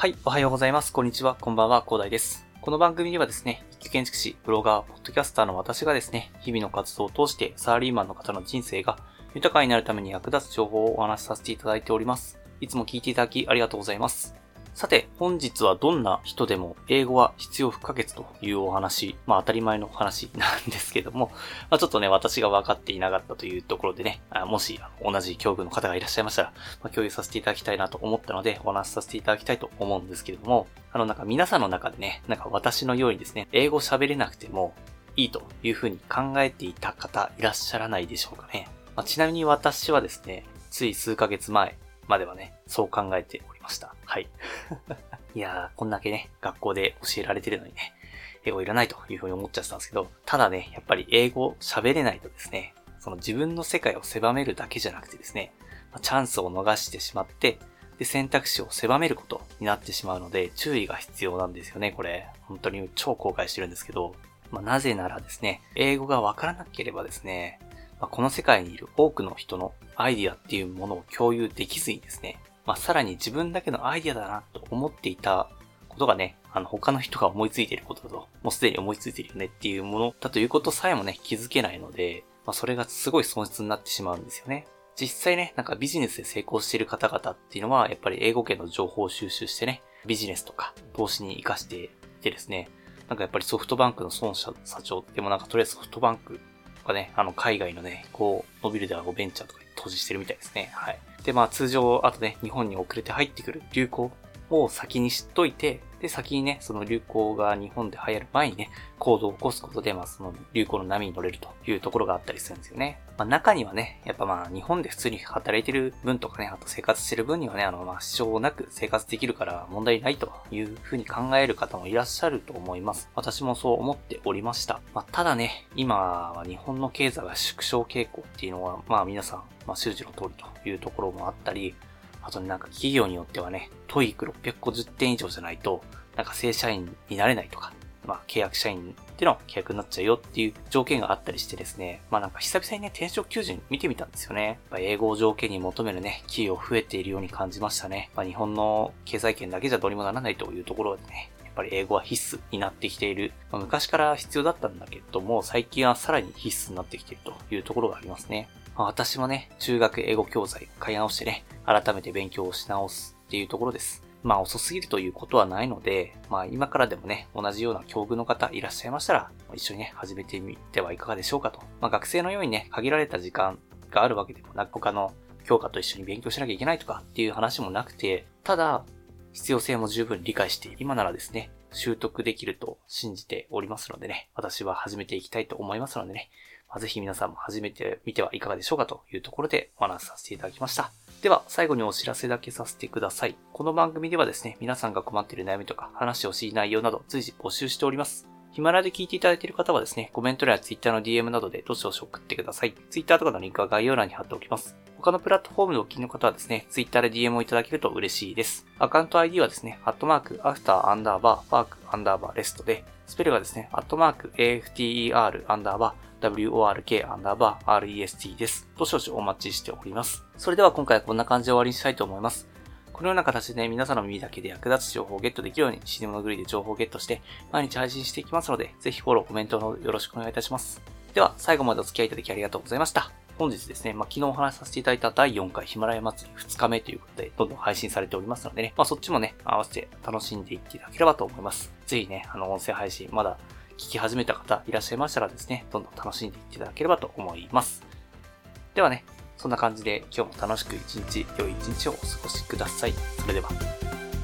はい、おはようございます。こんにちは。こんばんは。広大です。この番組ではですね、一級建築士、ブロガー、ポッドキャスターの私がですね、日々の活動を通してサラリーマンの方の人生が豊かになるために役立つ情報をお話しさせていただいております。いつも聞いていただきありがとうございます。さて、本日はどんな人でも英語は必要不可欠というお話、当たり前の話なんですけども、ちょっとね、私が分かっていなかったというところでね、もし同じ境遇の方がいらっしゃいましたら、共有させていただきたいなと思ったので、お話しさせていただきたいと思うんですけれども、皆さんの中でね、私のようにですね、英語喋れなくてもいいというふうに考えていた方いらっしゃらないでしょうかね。ちなみに私はですね、つい数ヶ月前まではね、そう考えておりました。はい。いやー、こんだけね、学校で教えられてるのにね、英語いらないというふうに思っちゃってたんですけど、ただね、やっぱり英語喋れないとですね、その自分の世界を狭めるだけじゃなくてですね、チャンスを逃してしまって、で、選択肢を狭めることになってしまうので、注意が必要なんですよね、これ。本当に超後悔してるんですけど、なぜならですね、英語がわからなければですね、この世界にいる多くの人のアイディアっていうものを共有できずにですね、さらに自分だけのアイディアだなと思っていたことがね、他の人が思いついていることだと、もうすでに思いついているよねっていうものだということさえもね、気づけないので、それがすごい損失になってしまうんですよね。実際ね、ビジネスで成功している方々っていうのは、やっぱり英語圏の情報を収集してね、ビジネスとか投資に活かしていてですね、やっぱりソフトバンクの孫社長ってもとりあえずソフトバンクとかね、海外のね、伸びるではベンチャーとかに投資してるみたいですね。はい。で、通常、あとね、日本に遅れて入ってくる流行を先に知っといて、で、先にね、その流行が日本で流行る前にね、行動を起こすことで、その流行の波に乗れるというところがあったりするんですよね。中にはね、やっぱ日本で普通に働いてる分とかね、あと生活してる分にはね、支障なく生活できるから問題ないというふうに考える方もいらっしゃると思います。私もそう思っておりました。ただね、今は日本の経済が縮小傾向っていうのは、皆さん、周知の通りというところもあったり、あとね、企業によってはね、トイック650点以上じゃないと、正社員になれないとか、契約社員っていうのは契約になっちゃうよっていう条件があったりしてですね、久々にね、転職求人見てみたんですよね。英語を条件に求めるね、企業増えているように感じましたね。日本の経済圏だけじゃどうにもならないというところでね、やっぱり英語は必須になってきている。昔から必要だったんだけども、最近はさらに必須になってきているというところがありますね。私もね、中学英語教材買い直してね、改めて勉強をし直すっていうところです。遅すぎるということはないので、今からでもね、同じような境遇の方いらっしゃいましたら、一緒にね、始めてみてはいかがでしょうかと。学生のようにね、限られた時間があるわけでもなく、他の教科と一緒に勉強しなきゃいけないとかっていう話もなくて、ただ、必要性も十分理解して、今ならですね、習得できると信じておりますのでね、私は始めていきたいと思いますのでね、ぜひ皆さんも始めてみてはいかがでしょうかというところでお話しさせていただきました。では、最後にお知らせだけさせてください。この番組ではですね、皆さんが困っている悩みとか話をしい内容など随時募集しております。ヒマラヤで聞いていただいている方はですね、コメント欄や Twitter の DM などでどしどし送ってください。Twitter とかのリンクは概要欄に貼っておきます。他のプラットフォームでお聞きの方はですね、Twitter で DM をいただけると嬉しいです。アカウント ID はですね、@after_work_rest で、スペルがですね、@after_work_rest です。どしどしお待ちしております。それでは今回はこんな感じで終わりにしたいと思います。このような形でね、皆さんの耳だけで役立つ情報をゲットできるように、死に物狂いで情報をゲットして、毎日配信していきますので、ぜひフォロー、コメントのよろしくお願いいたします。では、最後までお付き合いいただきありがとうございました。本日ですね、昨日お話しさせていただいた第4回ヒマラヤ祭り2日目ということで、どんどん配信されておりますのでね、そっちもね、合わせて楽しんでいっていただければと思います。ぜひね、音声配信まだ聞き始めた方いらっしゃいましたらですね、どんどん楽しんでいっていただければと思います。ではね、そんな感じで今日も楽しく良い一日をお過ごしください。それでは。